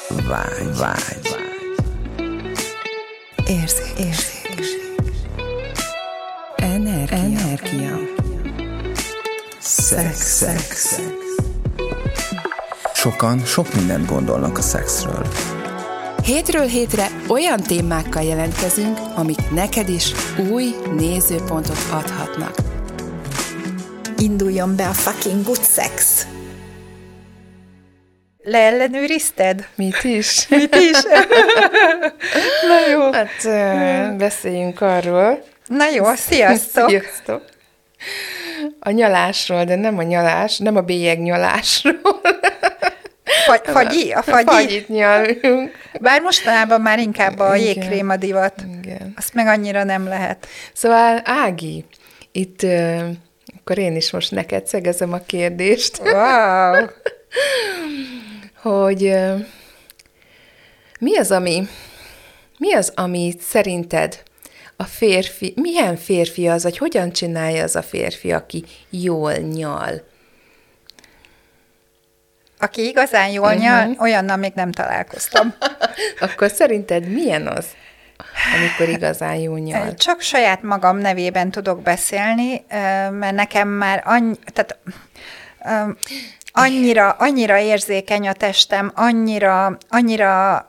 Vágy. Érzék. Energia. Szex. Sokan sok mindent gondolnak a szexről. Hétről hétre olyan témákkal jelentkezünk, amik neked is új nézőpontot adhatnak. Induljon be a fucking good sex! Leellenőrizted? Mit is? Na jó. Hát beszéljünk arról. Na jó, sziasztok! Sziasztok! A nyalásról, de nem a nyalás, nem a bélyegnyalásról. A fagyi? Fagyit nyaljunk. Bár mostanában már inkább a jégkrém a divat. Igen. Azt meg annyira nem lehet. Szóval, Ági, itt akkor én is most neked szegezem a kérdést. Wow! Hogy mi az, ami szerinted a férfi, milyen férfi az, vagy hogyan csinálja az a férfi, aki jól nyal? Aki igazán jól nyal, olyannal még nem találkoztam. Akkor szerinted milyen az, amikor igazán jól nyal? Csak saját magam nevében tudok beszélni, mert nekem már annyira érzékeny a testem, annyira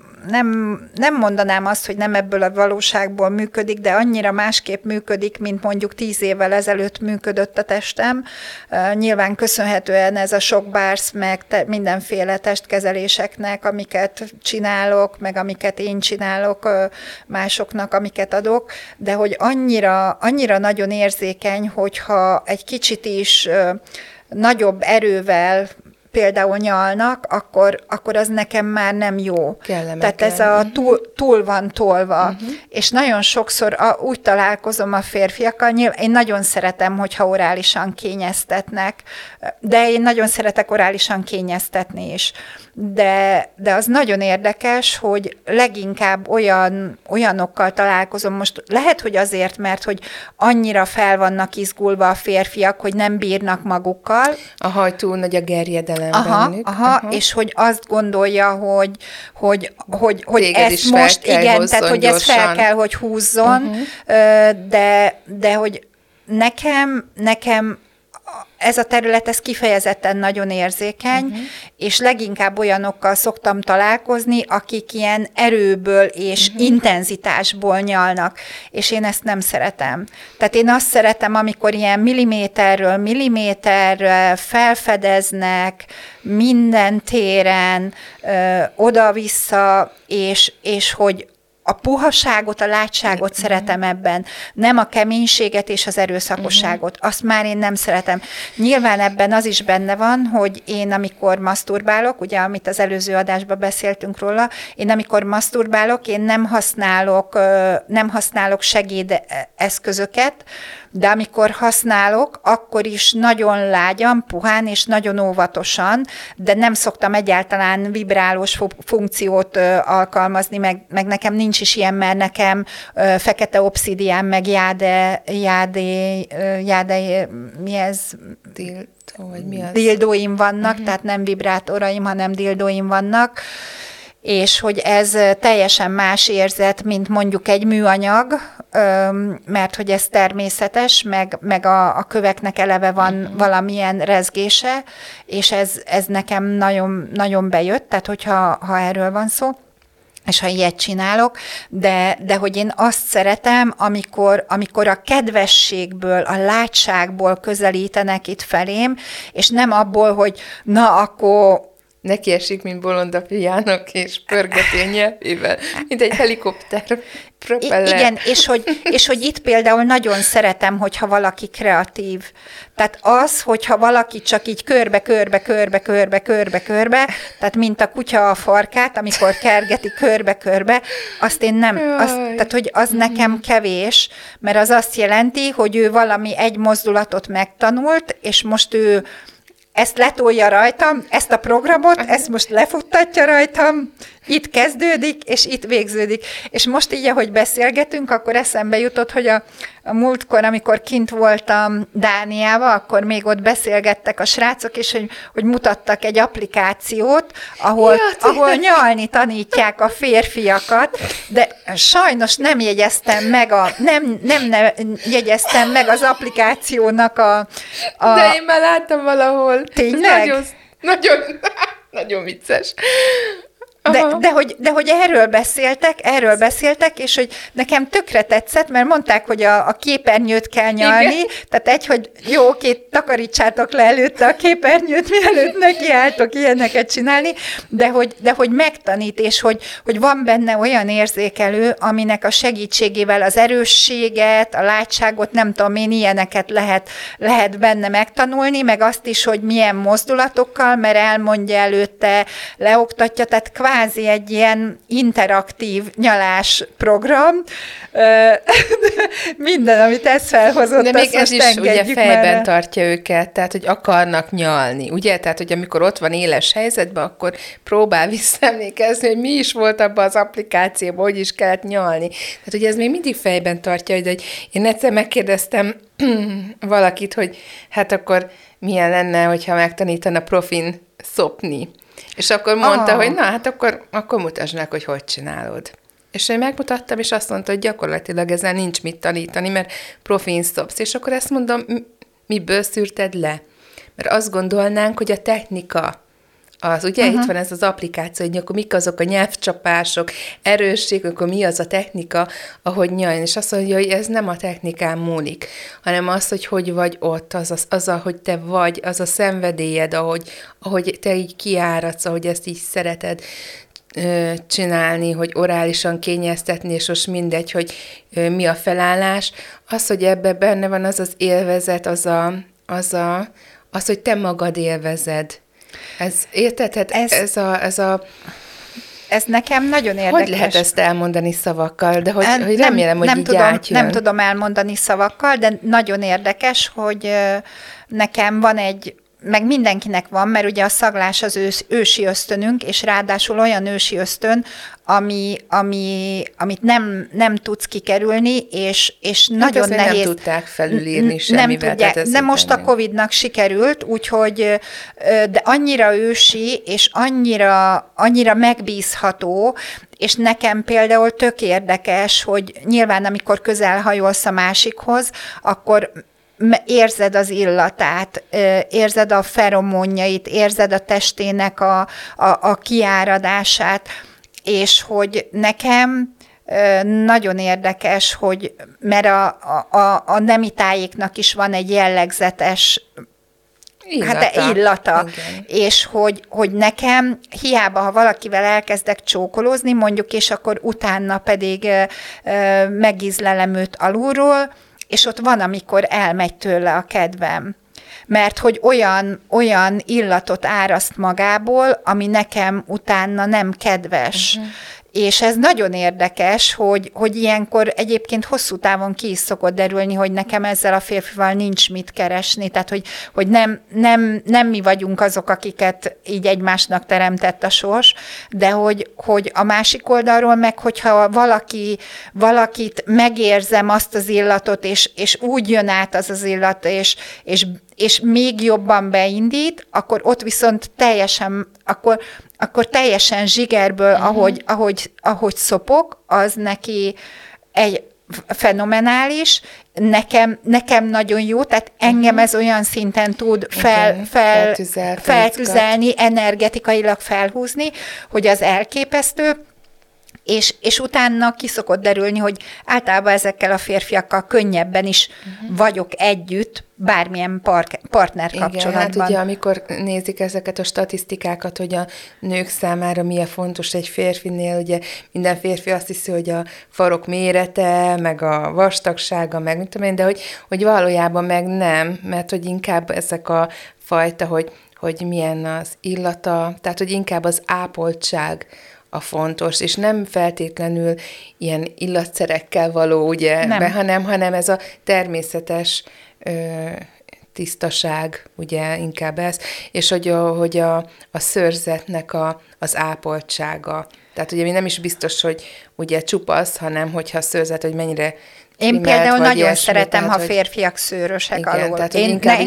nem mondanám azt, hogy nem ebből a valóságból működik, de annyira másképp működik, mint mondjuk 10 évvel ezelőtt működött a testem. Nyilván köszönhetően ez a sok bársz, meg mindenféle testkezeléseknek, amiket csinálok, meg amiket én csinálok másoknak, amiket adok, de hogy annyira nagyon érzékeny, hogyha egy kicsit is nagyobb erővel például nyalnak, akkor az nekem már nem jó. Tehát ez a túl van tolva. És nagyon sokszor úgy találkozom a férfiakkal, én nagyon szeretem, hogyha orálisan kényeztetnek, de én nagyon szeretek orálisan kényeztetni is. De az nagyon érdekes, hogy leginkább olyanokkal találkozom. Most lehet, hogy azért, mert hogy annyira fel vannak izgulva a férfiak, hogy nem bírnak magukkal. Hogy túl nagy a gerjedelem bennük. És hogy azt gondolja, hogy ezt most, igen, tehát hogy ezt fel kell, hogy húzzon, de hogy nekem ez a terület, ez kifejezetten nagyon érzékeny, és leginkább olyanokkal szoktam találkozni, akik ilyen erőből és intenzitásból nyalnak, és én ezt nem szeretem. Tehát én azt szeretem, amikor ilyen milliméterről milliméterre felfedeznek minden téren, oda-vissza, és hogy a puhaságot, a látságot szeretem ebben, nem a keménységet és az erőszakosságot. Azt már én nem szeretem. Nyilván ebben az is benne van, hogy én amikor maszturbálok, ugye, amit az előző adásban beszéltünk róla, én amikor maszturbálok, én nem használok segédeszközöket, de amikor használok, akkor is nagyon lágyan, puhán és nagyon óvatosan, de nem szoktam egyáltalán vibrálós funkciót alkalmazni, meg nekem nincs is ilyen, mert nekem fekete obszidián, meg jáde, mi ez? Dildóim vannak, tehát nem vibrátoraim, hanem dildóim vannak, és hogy ez teljesen más érzet, mint mondjuk egy műanyag, mert hogy ez természetes, meg a köveknek eleve van valamilyen rezgése, és ez nekem nagyon, nagyon bejött, tehát hogyha erről van szó, és ha ilyet csinálok, de hogy én azt szeretem, amikor a kedvességből, a látságból közelítenek itt felém, és nem abból, hogy na akkor neki esik, mint bolonda fiának, és pörgeti a nyelvével, mint egy helikopter propeller. Igen, és hogy itt például nagyon szeretem, hogyha valaki kreatív. Tehát az, hogyha valaki csak így körbe, tehát mint a kutya a farkát, amikor kergeti körbe, azt én nem, tehát hogy az nekem kevés, mert az azt jelenti, hogy ő valami egy mozdulatot megtanult, és most ő ezt letolja rajtam, ezt a programot, ezt most lefuttatja rajtam, itt kezdődik, és itt végződik. És most így, ahogy beszélgetünk, akkor eszembe jutott, hogy a múltkor, amikor kint voltam Dániában, akkor még ott beszélgettek a srácok, és hogy mutattak egy applikációt, ahol nyalni tanítják a férfiakat, de sajnos nem jegyeztem meg jegyeztem meg az applikációnak De én már láttam valahol. Tényleg? Nagyon vicces. De hogy erről beszéltek, és hogy nekem tökre tetszett, mert mondták, hogy a képernyőt kell nyalni, igen. Tehát hogy jó, oké, takarítsátok le előtte a képernyőt, mielőtt nekiálltok ilyeneket csinálni, de hogy megtanít, és hogy van benne olyan érzékelő, aminek a segítségével az erősséget, a látságot, nem tudom én, ilyeneket lehet benne megtanulni, meg azt is, hogy milyen mozdulatokkal, mert elmondja előtte, leoktatja, tehát kvázi egy ilyen interaktív nyalás program. Minden, amit ez felhozott, de még ez is ugye fejben merre. tartja őket, tehát, hogy akarnak nyalni, ugye? Tehát, hogy amikor ott van éles helyzetben, akkor próbál visszaemlékezni, hogy mi is volt abban az applikációban, hogy is kellett nyalni. Tehát, hogy ez még mindig fejben tartja, hogy én egyszer megkérdeztem valakit, hogy hát akkor milyen lenne, hogyha megtanítana profin szopni. És akkor mondta, hogy na, hát akkor mutasd meg, hogy csinálod. És én megmutattam, és azt mondta, hogy gyakorlatilag ezzel nincs mit tanítani, mert profin szopsz. És akkor ezt mondom, miből szűrted le? Mert azt gondolnánk, hogy a technika, ugye itt van ez az applikáció, hogy akkor mik azok a nyelvcsapások, erősség, akkor mi az a technika, ahogy nyalni. És azt mondja, hogy ez nem a technikán múlik, hanem az, hogy vagy ott, az, ahogy te vagy, az a szenvedélyed, ahogy te így kiáradsz, ahogy ezt így szereted csinálni, hogy orálisan kényeztetni, és most mindegy, hogy mi a felállás. Az, hogy ebben benne van az élvezet, az, hogy te magad élvezed. Érted? Ez nekem nagyon érdekes. Hogy lehet ezt elmondani szavakkal? De hogy remélem, hogy így átjön. Nem tudom elmondani szavakkal, de nagyon érdekes, hogy nekem van meg mindenkinek van, mert ugye a szaglás az ősi ösztönünk, és ráadásul olyan ősi ösztön, amit nem tudsz kikerülni, és nagyon nehéz. Nem tudták felülírni semmivel. De most a Covid-nak sikerült, úgyhogy, de annyira ősi, és annyira megbízható, és nekem például tök érdekes, hogy nyilván amikor közel hajolsz a másikhoz, akkor érzed az illatát, érzed a feromonjait, érzed a testének a kiáradását, és hogy nekem nagyon érdekes, mert a nemitájéknak is van egy jellegzetes illata. És hogy nekem hiába, ha valakivel elkezdek csókolózni, mondjuk, és akkor utána pedig megízlelem őt alulról, és ott van, amikor elmegy tőle a kedvem. Mert hogy olyan illatot áraszt magából, ami nekem utána nem kedves. Uh-huh. És ez nagyon érdekes, hogy ilyenkor egyébként hosszú távon ki is szokott derülni, hogy nekem ezzel a férfival nincs mit keresni, tehát hogy nem mi vagyunk azok, akiket így egymásnak teremtett a sors, de hogy a másik oldalról meg, hogyha valakit megérzem azt az illatot, és úgy jön át az illat, és még jobban beindít, akkor ott viszont akkor teljesen zsigerből, ahogy szopok, az neki egy fenomenális, nekem nagyon jó, tehát engem ez olyan szinten tud feltüzelni, energetikailag felhúzni, hogy az elképesztő, és utána ki szokott derülni, hogy általában ezekkel a férfiakkal könnyebben is vagyok együtt, bármilyen partner kapcsolatban. Igen, hát ugye amikor nézik ezeket a statisztikákat, hogy a nők számára milyen fontos egy férfinél, ugye minden férfi azt hiszi, hogy a farok mérete, meg a vastagsága, meg mit tudom én, de hogy valójában meg nem, mert hogy inkább ezek a fajta, hogy milyen az illata, tehát hogy inkább az ápoltság a fontos, és nem feltétlenül ilyen illatszerekkel való, ugye, hanem ez a természetes tisztaság, ugye inkább ez, és hogy a szőrzetnek az ápoltsága. Tehát ugye mi nem is biztos, hogy ugye csupasz, hanem hogyha a szőrzet, hogy mennyire én például nagyon ilyesmi, szeretem, tehát, ha férfiak szőrösek igen, alól. Tehát,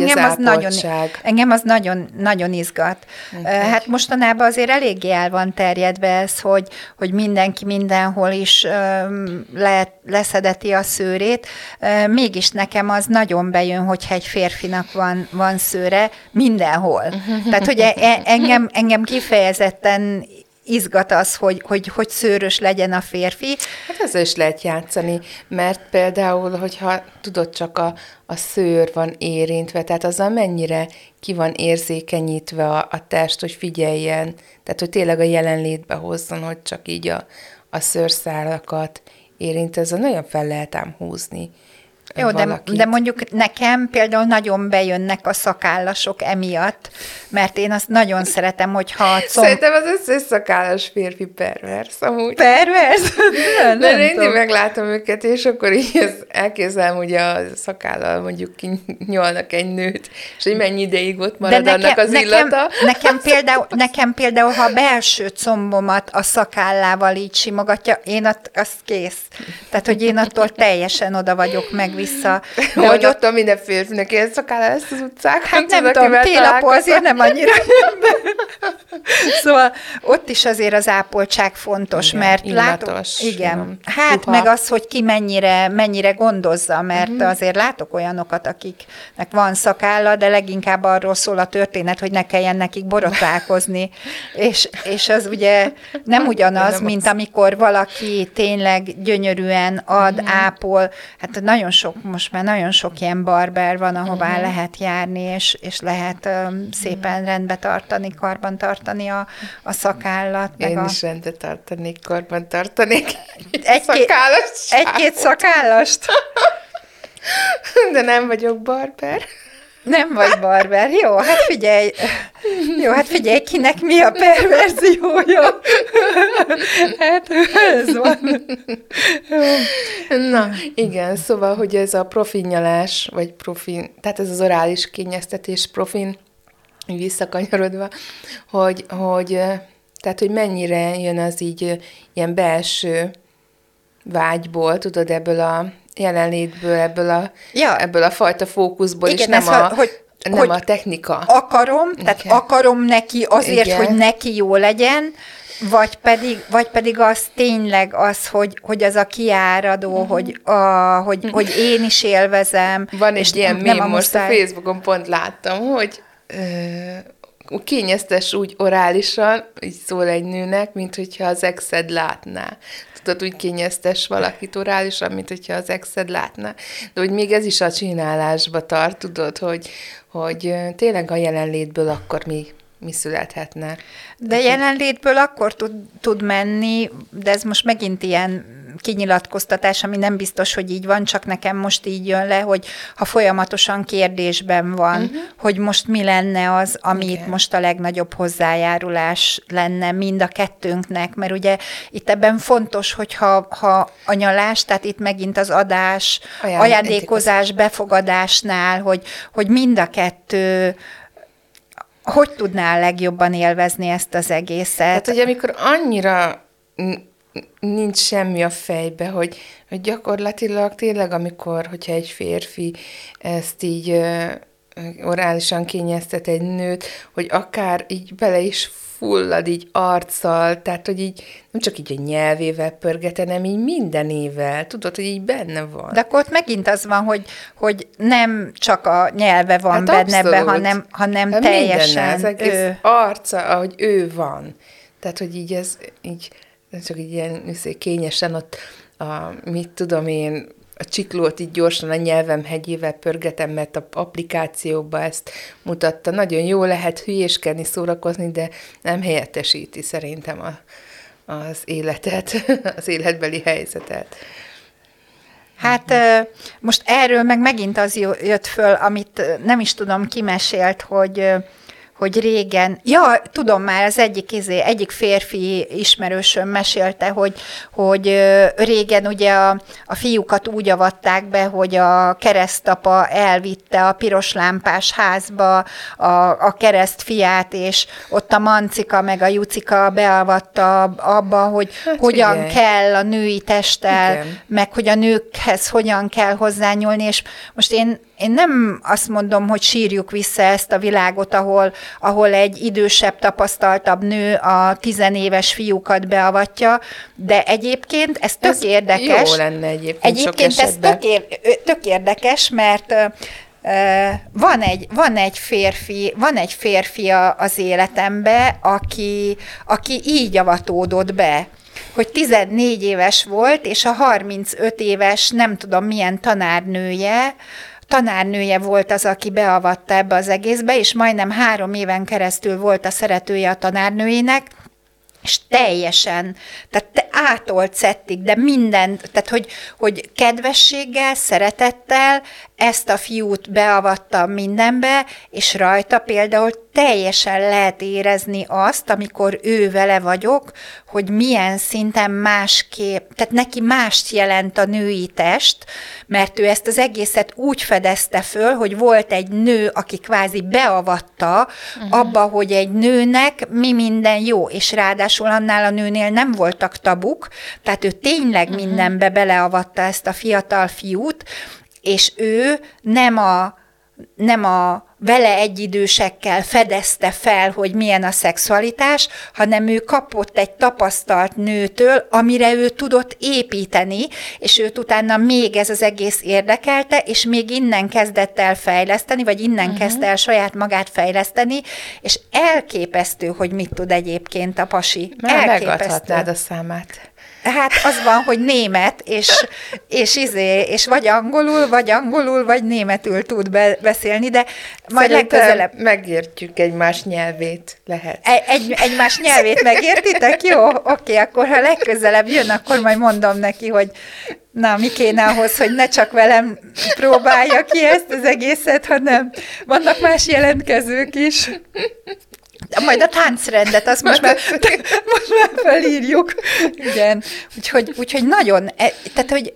engem az nagyon izgat. Okay. Hát mostanában azért eléggé el van terjedve ez, hogy mindenki mindenhol is leszedeti a szőrét. Mégis nekem az nagyon bejön, hogyha egy férfinak van szőre mindenhol. Tehát, hogy engem kifejezetten izgat az, hogy szőrös legyen a férfi. Hát ezzel is lehet játszani, mert például, hogyha tudod, csak a szőr van érintve, tehát azzal mennyire ki van érzékenyítve a test, hogy figyeljen, tehát hogy tényleg a jelenlétbe hozzon, hogy csak így a szőrszálakat érint, ezzel nagyon fel lehet ám húzni. Jó, de mondjuk nekem például nagyon bejönnek a szakállasok emiatt, mert én azt nagyon szeretem, hogyha... Szerintem az összes szakállas férfi pervers, amúgy. Pervers? De én meglátom őket, és akkor így elképzelem, hogy a szakállal mondjuk nyolnak egy nőt, és hogy mennyi ideig ott marad annak az illata. Nekem például, ha a belső combomat a szakállával így simogatja, én azt kész. Tehát, hogy én attól teljesen oda vagyok meg vissza. De hogy ott minden férfinek ilyen szakállal lesz az utcák. Hát nem tudom, télapó azért nem annyira. Szóval ott is azért az ápoltság fontos, igen, mert látok... Igen. Hát meg az, hogy ki mennyire gondozza, mert azért látok olyanokat, akiknek van szakálla, de leginkább arról szól a történet, hogy ne kelljen nekik borotválkozni. És az ugye nem ugyanaz, mint amikor valaki tényleg gyönyörűen ad, ápol. Hát most már nagyon sok ilyen barber van, ahová lehet járni, és lehet szépen rendbe tartani, karban tartani a szakállat. Én is rendbe tartanék, karban tartanék egy-két szakállast. De nem vagyok barber. Nem vagy barber. Jó, hát figyelj, kinek mi a perverziója. Hát ez van. Na, igen, szóval, hogy ez a profinnyalás, vagy tehát ez az orális kényeztetés profin, visszakanyarodva, tehát, hogy mennyire jön az így ilyen belső vágyból, tudod, ebből a jelenlétből, ebből a fajta fókuszból, igen, és nem a technika. Akarom neki azért, igen, hogy neki jó legyen, vagy pedig az tényleg az, hogy az a kiáradó, hogy én is élvezem. Van egy ilyen mém, most a Facebookon pont láttam, hogy kényeztes úgy orálisan, így szól egy nőnek, mint hogyha az exed látná. Tudod, úgy kényeztes valakit orálisan, mint hogyha az exed látná. De hogy még ez is a csinálásba tart, tudod, hogy tényleg a jelenlétből akkor mi születhetne. De jelenlétből akkor tud menni, de ez most megint ilyen kinyilatkoztatás, ami nem biztos, hogy így van, csak nekem most így jön le, hogy ha folyamatosan kérdésben van, hogy most mi lenne az, ami itt most a legnagyobb hozzájárulás lenne mind a kettőnknek, mert ugye itt ebben fontos, hogyha a nyalás, tehát itt megint az adás, ajándékozás, befogadásnál, hogy mind a kettő hogy tudná a legjobban élvezni ezt az egészet? Hát, hogy amikor annyira nincs semmi a fejbe, hogy gyakorlatilag tényleg, hogyha egy férfi ezt így orálisan kényeztet egy nőt, hogy akár így bele is fullad így arccal, tehát, hogy így nem csak így a nyelvével pörget, hanem így mindenével, tudod, hogy így benne van. De akkor ott megint az van, hogy nem csak a nyelve van benne, hanem hát teljesen az egész arca, ahogy ő van. Tehát, hogy így ez így csak így ilyen kényesen ott mit tudom én, a csiklót így gyorsan a nyelvem hegyével pörgetem, mert a applikációban ezt mutatta. Nagyon jó lehet hülyéskedni, szórakozni, de nem helyettesíti szerintem az életet, az életbeli helyzetet. Hát most erről meg megint az jött föl, amit nem is tudom, ki mesélt, hogy hogy régen, tudom már, az egyik férfi ismerősöm mesélte, hogy régen ugye a fiúkat úgy avatták be, hogy a keresztapa elvitte a piros lámpás házba a kereszt fiát, és ott a Mancika meg a Jucika beavatta abba, hogy hogyan kell a női testtel, meg hogy a nőkhez hogyan kell hozzányúlni, és most én nem azt mondom, hogy sírjuk vissza ezt a világot, ahol egy idősebb, tapasztaltabb nő a 10 éves fiúkat beavatja, de egyébként ez tök érdekes. Jó lenne egyébként ez tök érdekes, mert van egy férfi az életembe, aki így avatódott be, hogy 14 éves volt, és a 35 éves, nem tudom milyen tanárnője volt az, aki beavatta ebbe az egészbe, és majdnem 3 éven keresztül volt a szeretője a tanárnőjének, és teljesen, tehát átolt szettig, de mindent, tehát hogy kedvességgel, szeretettel ezt a fiút beavatta mindenbe, és rajta például teljesen lehet érezni azt, amikor ő vele vagyok, hogy milyen szinten másképp, tehát neki mást jelent a női test, mert ő ezt az egészet úgy fedezte föl, hogy volt egy nő, aki kvázi beavatta abba, hogy egy nőnek mi minden jó, és ráadásul annál a nőnél nem voltak tabuk, tehát ő tényleg mindenbe beleavatta ezt a fiatal fiút, és ő nem a vele egyidősekkel fedezte fel, hogy milyen a szexualitás, hanem ő kapott egy tapasztalt nőtől, amire ő tudott építeni, és őt utána még ez az egész érdekelte, és még innen kezdett el fejleszteni, vagy innen kezdte el saját magát fejleszteni, és elképesztő, hogy mit tud egyébként a pasi. Már megadhatnád a számát. Hát az van, hogy német, és vagy angolul, vagy németül tud beszélni, de majd legközelebb... megértjük egymás nyelvét, lehet. Egymás nyelvét megértitek? Jó, oké, akkor ha legközelebb jön, akkor majd mondom neki, hogy na, mi kéne ahhoz, hogy ne csak velem próbálja ki ezt az egészet, hanem vannak más jelentkezők is. Majd a táncrendet, azt most már felírjuk. Igen. Úgyhogy nagyon, tehát hogy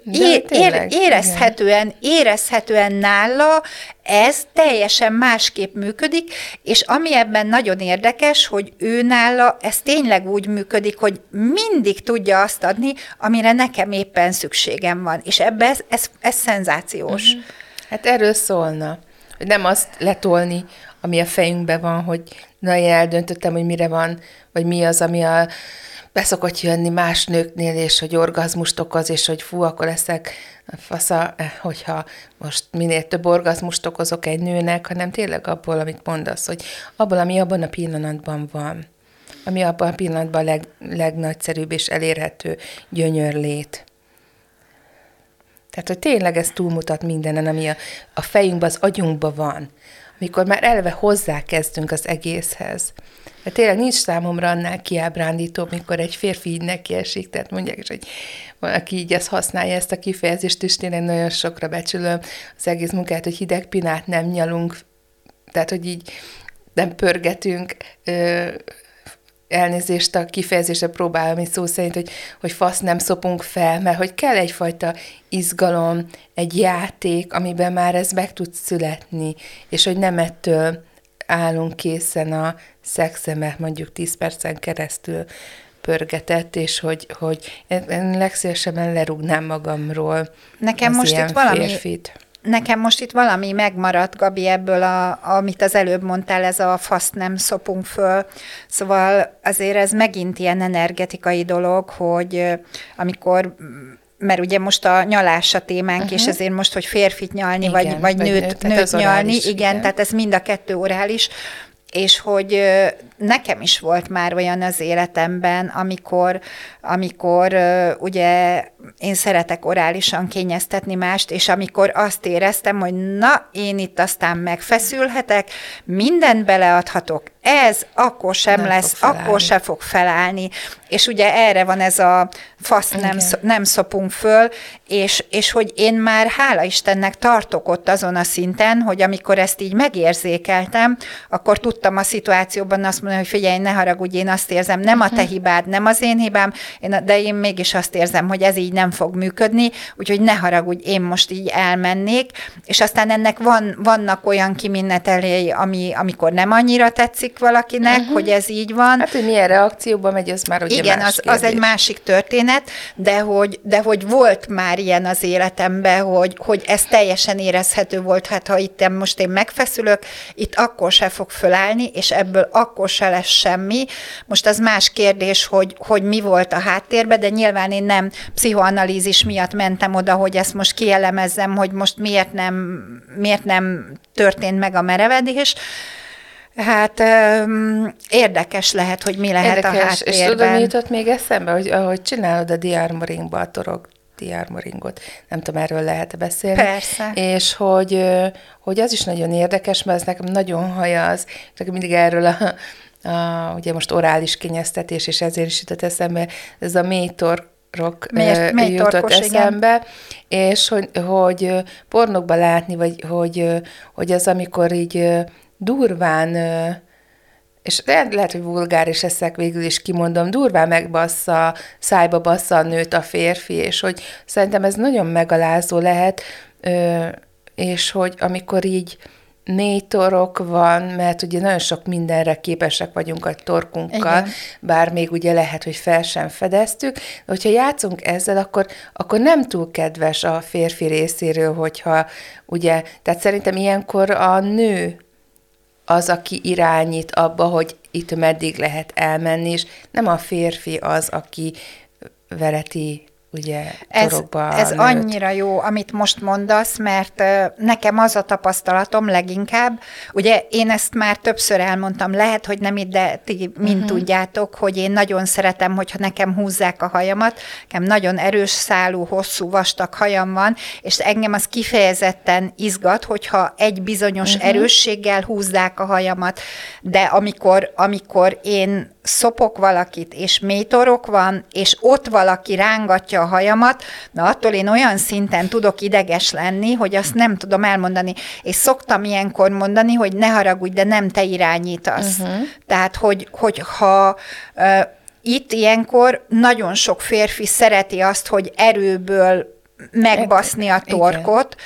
érezhetően nála ez teljesen másképp működik, és ami ebben nagyon érdekes, hogy ő nála ez tényleg úgy működik, hogy mindig tudja azt adni, amire nekem éppen szükségem van. És ebben ez szenzációs. Hát erről szólna, hogy nem azt letolni, ami a fejünkben van, hogy na, én eldöntöttem, hogy mire van, vagy mi az, ami beszokott jönni más nőknél, és hogy orgazmust okoz, és hogy fú, akkor leszek fasza, hogyha most minél több orgazmust okozok egy nőnek, hanem tényleg abból, amit mondasz, hogy abból, ami abban a pillanatban van, ami abban a pillanatban a legnagyszerűbb és elérhető gyönyörlét. Tehát, hogy tényleg ez túlmutat mindenen, ami a fejünkben, az agyunkban van, amikor már eleve hozzákezdünk az egészhez. De tényleg nincs számomra annál kiábrándítóbb, mikor egy férfi így nekiesik, tehát mondják is, hogy valaki így ezt használja, ezt a kifejezést, és tényleg nagyon sokra becsülöm az egész munkát, hogy hideg pinát nem nyalunk, tehát, hogy így nem pörgetünk, elnézést a kifejezésre próbálom így szó szerint, hogy fasz nem szopunk fel, mert hogy kell egyfajta izgalom, egy játék, amiben már ez meg tud születni, és hogy nem ettől állunk készen a szexemet mondjuk 10 percen keresztül pörgetett, és hogy én legszívesebben lerúgnám magamról nekem az most ilyen itt valami férfit. Nekem most itt valami megmaradt, Gabi, ebből, amit az előbb mondtál, ez a faszt nem szopunk föl. Szóval azért ez megint ilyen energetikai dolog, hogy amikor, mert ugye most a nyalás a témánk, és ezért most, hogy férfit nyalni, igen, vagy nőt nyalni, orális, igen, tehát ez mind a kettő orális, és hogy nekem is volt már olyan az életemben, amikor ugye én szeretek orálisan kényeztetni mást, és amikor azt éreztem, hogy na, én itt aztán megfeszülhetek, mindent beleadhatok, ez akkor sem nem lesz, akkor se fog felállni. És ugye erre van ez a faszt nem szopunk föl, és hogy én már hála Istennek tartok ott azon a szinten, hogy amikor ezt így megérzékeltem, akkor tudtam a szituációban azt mondani, hogy figyelj, ne haragudj, én azt érzem, nem a te hibád, nem az én hibám, de én mégis azt érzem, hogy ez így nem fog működni, úgyhogy ne haragudj, én most így elmennék, és aztán ennek vannak olyan kimenetelei, amikor nem annyira tetszik valakinek, hogy ez így van. Hát, hogy milyen reakcióba megy, az már ugye igen, más az egy másik történet, de hogy volt már ilyen az életemben, hogy ez teljesen érezhető volt, hát ha itt most én megfeszülök, itt akkor se fog fölállni, és ebből akkor se lesz semmi. Most az más kérdés, hogy mi volt a háttérben, de nyilván én nem pszichoanalízis miatt mentem oda, hogy ezt most kielemezzem, hogy most miért nem történt meg a merevedés. Hát érdekes lehet, hogy mi lehet a háttérben. És tudom, mi jutott még eszembe, hogy ahogy csinálod a dearmoringba a torok dearmoringot, nem tudom, erről lehet beszélni. Persze. És hogy az is nagyon érdekes, mert ez nekem nagyon hajaz, csak mindig erről ugye most orális kényeztetés, és ezért is jutott eszembe, ez a mélytorok jutott eszembe, igen. És hogy pornókban látni, vagy hogy az, amikor így durván, és lehet, hogy vulgáris leszek végül is kimondom, durván szájba bassza a nőt a férfi, és hogy szerintem ez nagyon megalázó lehet, és hogy amikor így mély torok van, mert ugye nagyon sok mindenre képesek vagyunk a torkunkkal, igen. Bár még ugye lehet, hogy fel sem fedeztük, de hogyha játszunk ezzel, akkor nem túl kedves a férfi részéről, hogyha ugye, tehát szerintem ilyenkor a nő az, aki irányít abba, hogy itt meddig lehet elmenni, és nem a férfi az, aki vereti ugye torokba Ez annyira jó, amit most mondasz, mert nekem az a tapasztalatom leginkább, ugye én ezt már többször elmondtam, lehet, hogy nem itt, de ti mind tudjátok, hogy én nagyon szeretem, hogyha nekem húzzák a hajamat, nekem nagyon erős szálú, hosszú, vastag hajam van, és engem az kifejezetten izgat, hogyha egy bizonyos erősséggel húzzák a hajamat, de amikor én szopok valakit, és mélytorok van, és ott valaki rángatja a hajamat, na attól én olyan szinten tudok ideges lenni, hogy azt nem tudom elmondani. És szoktam ilyenkor mondani, hogy ne haragudj, de nem te irányítasz. Tehát, hogy ha itt ilyenkor nagyon sok férfi szereti azt, hogy erőből megbaszni a torkot,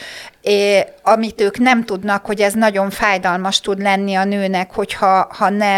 amit ők nem tudnak, hogy ez nagyon fájdalmas tud lenni a nőnek, hogyha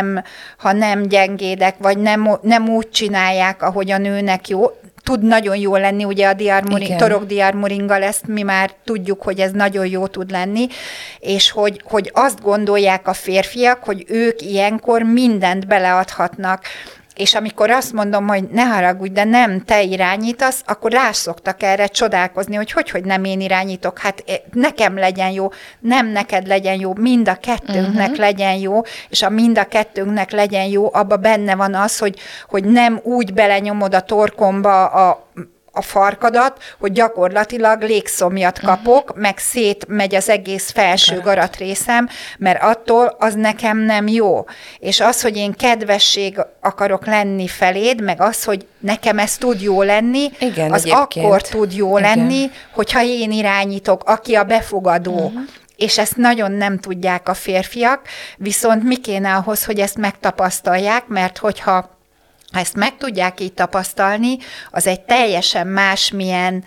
nem gyengédek, vagy nem úgy csinálják, ahogy a nőnek jó. Tud nagyon jó lenni, ugye a torok dearmoringgal ezt mi már tudjuk, hogy ez nagyon jó tud lenni, és hogy azt gondolják a férfiak, hogy ők ilyenkor mindent beleadhatnak. És amikor azt mondom, hogy ne haragudj, de nem te irányítasz, akkor rá szoktak erre csodálkozni, hogy nem én irányítok, hát nekem legyen jó, nem neked legyen jó, mind a kettőnknek legyen jó, és a mind a kettőnknek legyen jó, abban benne van az, hogy nem úgy belenyomod a torkomba a farkadat, hogy gyakorlatilag légszomjat kapok, meg szétmegy az egész felső garatrészem, mert attól az nekem nem jó. És az, hogy én kedvesség akarok lenni feléd, meg az, hogy nekem ez tud jó lenni, igen, az egyébként akkor tud jó lenni, hogyha én irányítok, aki a befogadó. És ezt nagyon nem tudják a férfiak, viszont mi kéne ahhoz, hogy ezt megtapasztalják, mert hogyha ezt meg tudják így tapasztalni, az egy teljesen másmilyen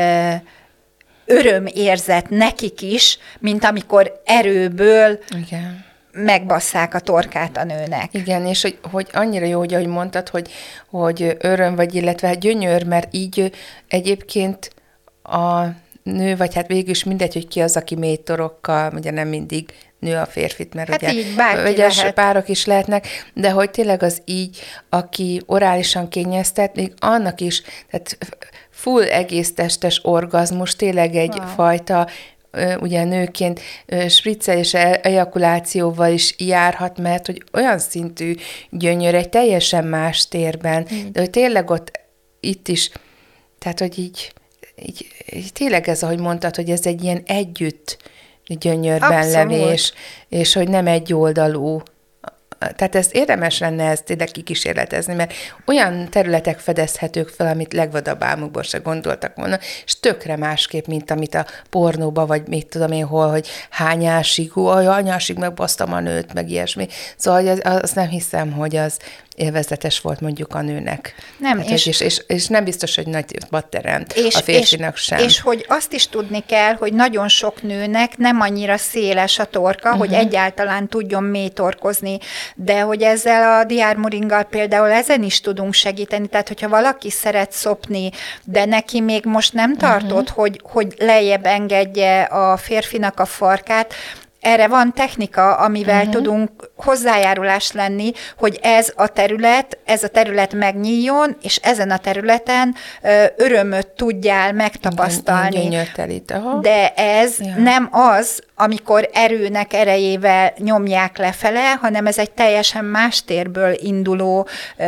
örömérzet nekik is, mint amikor erőből megbasszák a torkát a nőnek. Igen, és hogy annyira jó, hogy ahogy mondtad, hogy öröm vagy, illetve gyönyör, mert így egyébként a nő, vagy hát végül is mindegy, hogy ki az, aki mély torokkal, ugye nem mindig nő a férfit, mert hát ugye vegyes párok is lehetnek, de hogy tényleg az így, aki orálisan kényeztet, még annak is, tehát full egész testes orgazmus, tényleg egy fajta, ugye nőként spriccel és ejakulációval is járhat, mert hogy olyan szintű gyönyör egy teljesen más térben, de hogy tényleg itt is Tehát, hogy így tényleg ez, ahogy mondtad, hogy ez egy ilyen együtt gyönyörben levés, és hogy nem egyoldalú. Tehát ezt érdemes lenne ezt tényleg kikísérletezni, mert olyan területek fedezhetők fel, amit legvadabb álmukból se gondoltak volna, és tökre másképp, mint amit a pornóba, vagy mit tudom én hol, hogy hányásig, hányásig megbasztam a nőt, meg ilyesmi. Szóval azt nem hiszem, hogy az élvezetes volt mondjuk a nőnek. Nem, hát, és nem biztos, hogy nagy teremt a férfinak sem. És hogy azt is tudni kell, hogy nagyon sok nőnek nem annyira széles a torka, hogy egyáltalán tudjon mélytorkozni, de hogy ezzel a diármoringgal például ezen is tudunk segíteni, tehát hogyha valaki szeret szopni, de neki még most nem tartott, hogy lejjebb engedje a férfinak a farkát, erre van technika, amivel tudunk hozzájárulás lenni, hogy ez a terület megnyíljon, és ezen a területen örömöt tudjál megtapasztalni. De ez nem az, amikor erőnek erejével nyomják lefele, hanem ez egy teljesen más térből induló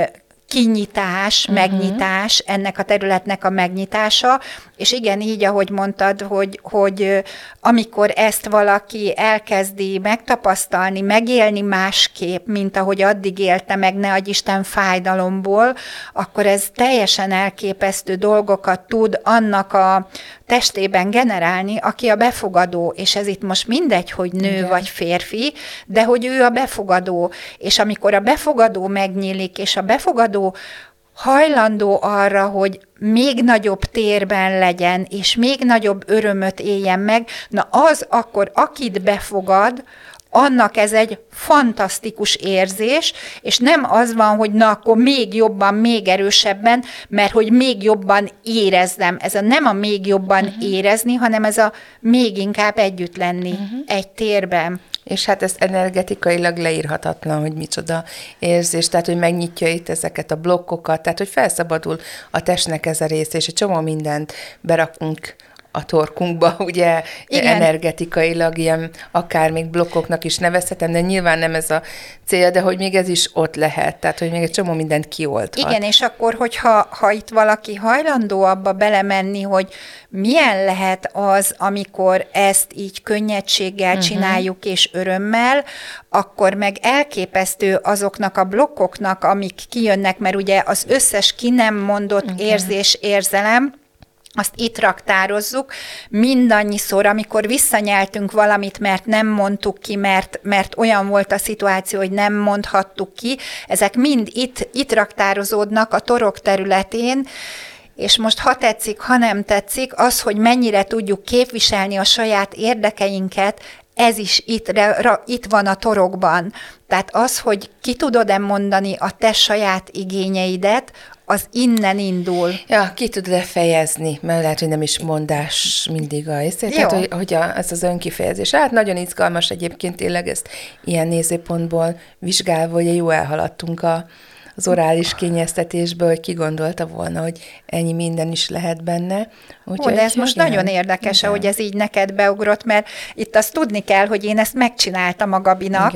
kinyitás, megnyitás, ennek a területnek a megnyitása, és igen, így, ahogy mondtad, hogy amikor ezt valaki elkezdi megtapasztalni, megélni másképp, mint ahogy addig élte meg, ne adj Isten fájdalomból, akkor ez teljesen elképesztő dolgokat tud annak a testében generálni, aki a befogadó, és ez itt most mindegy, hogy nő vagy férfi, de hogy ő a befogadó, és amikor a befogadó megnyílik, és a befogadó hajlandó arra, hogy még nagyobb térben legyen, és még nagyobb örömöt éljen meg, na az akkor, akit befogad, annak ez egy fantasztikus érzés, és nem az van, hogy na akkor még jobban, még erősebben, mert hogy még jobban érezzem. Ez a nem a még jobban érezni, hanem ez a még inkább együtt lenni egy térben. És hát ez energetikailag leírhatatlan, hogy micsoda érzés, tehát hogy megnyitja itt ezeket a blokkokat, tehát hogy felszabadul a testnek ez a rész, és egy csomó mindent berakunk a torkunkba, ugye energetikailag ilyen akár még blokkoknak is nevezhetem, de nyilván nem ez a cél, de hogy még ez is ott lehet, tehát hogy még egy csomó mindent kiolthat. Igen, és akkor, hogyha itt valaki hajlandó abba belemenni, hogy milyen lehet az, amikor ezt így könnyedséggel csináljuk és örömmel, akkor meg elképesztő azoknak a blokkoknak, amik kijönnek, mert ugye az összes ki nem mondott érzés, érzelem, azt itt raktározzuk, mindannyiszor, amikor visszanyeltünk valamit, mert nem mondtuk ki, mert olyan volt a szituáció, hogy nem mondhattuk ki, ezek mind itt raktározódnak a torok területén, és most ha tetszik, ha nem tetszik, az, hogy mennyire tudjuk képviselni a saját érdekeinket, ez is itt van a torokban. Tehát az, hogy ki tudod-e mondani a te saját igényeidet, az innen indul. Ja, ki tudod-e fejezni, mert lehet, hogy nem is mondás mindig tehát, hogy ez az önkifejezés. Hát nagyon izgalmas egyébként tényleg ezt ilyen nézőpontból vizsgálva, hogy jó elhaladtunk az orális kényeztetésből, hogy ki gondolta volna, hogy ennyi minden is lehet benne. Úgyhogy, de ez most nagyon érdekes, hogy ez így neked beugrott, mert itt azt tudni kell, hogy én ezt megcsináltam a Gabinak,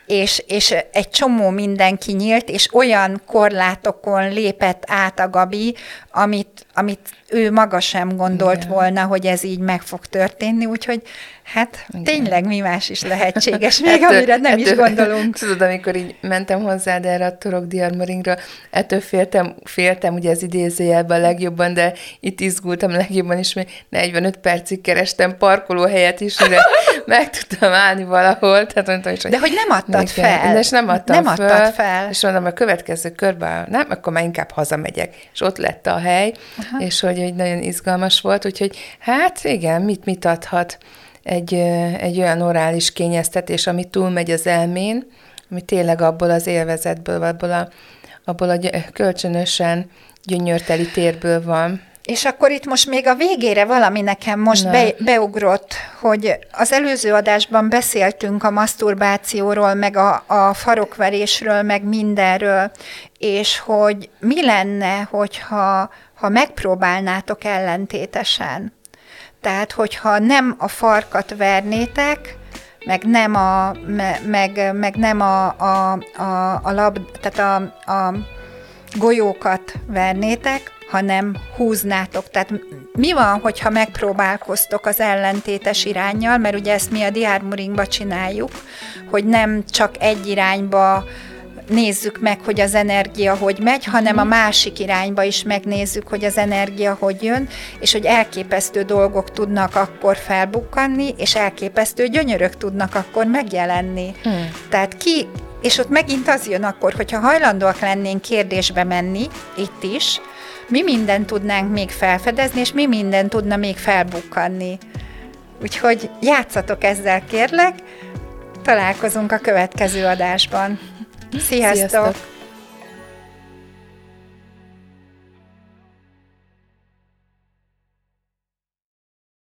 és egy csomó minden kinyílt, és olyan korlátokon lépett át a Gabi, amit ő maga sem gondolt volna, hogy ez így meg fog történni, úgyhogy hát tényleg mi más is lehetséges, még amire nem is gondolunk. Tudod, amikor így mentem hozzád erre a torok diármoringra, ettől féltem ugye az idézőjelben a legjobban, de itt izgultam legjobban is, mert 45 percig kerestem parkolóhelyet is, mire meg tudtam állni valahol. Tehát mondtam is, hogy de hogy nem adtad fel. És nem adtam fel. És mondom, a következő körben, nem, akkor már inkább hazamegyek. És ott lett a hely, és hogy nagyon izgalmas volt, úgyhogy hát igen, mit adhat egy olyan orális kényeztetés, ami túlmegy az elmén, ami tényleg abból az élvezetből, abból a kölcsönösen gyönyörteli térből van. És akkor itt most még a végére valami nekem most beugrott, hogy az előző adásban beszéltünk a maszturbációról, meg a farokverésről, meg mindenről, és hogy mi lenne, hogyha megpróbálnátok ellentétesen. Tehát, hogyha nem a farkat vernétek, meg nem a golyókat vernétek, hanem húznátok. Tehát mi van, hogyha megpróbálkoztok az ellentétes iránnyal, mert ugye ezt mi a DR Mooringba csináljuk, hogy nem csak egy irányba nézzük meg, hogy az energia hogy megy, hanem a másik irányba is megnézzük, hogy az energia hogy jön, és hogy elképesztő dolgok tudnak akkor felbukkanni, és elképesztő gyönyörök tudnak akkor megjelenni. Tehát és ott megint az jön akkor, hogyha hajlandóak lennénk kérdésbe menni, itt is, mi mindent tudnánk még felfedezni, és mi mindent tudna még felbukkanni. Úgyhogy játszatok ezzel, kérlek, találkozunk a következő adásban. Sziasztok!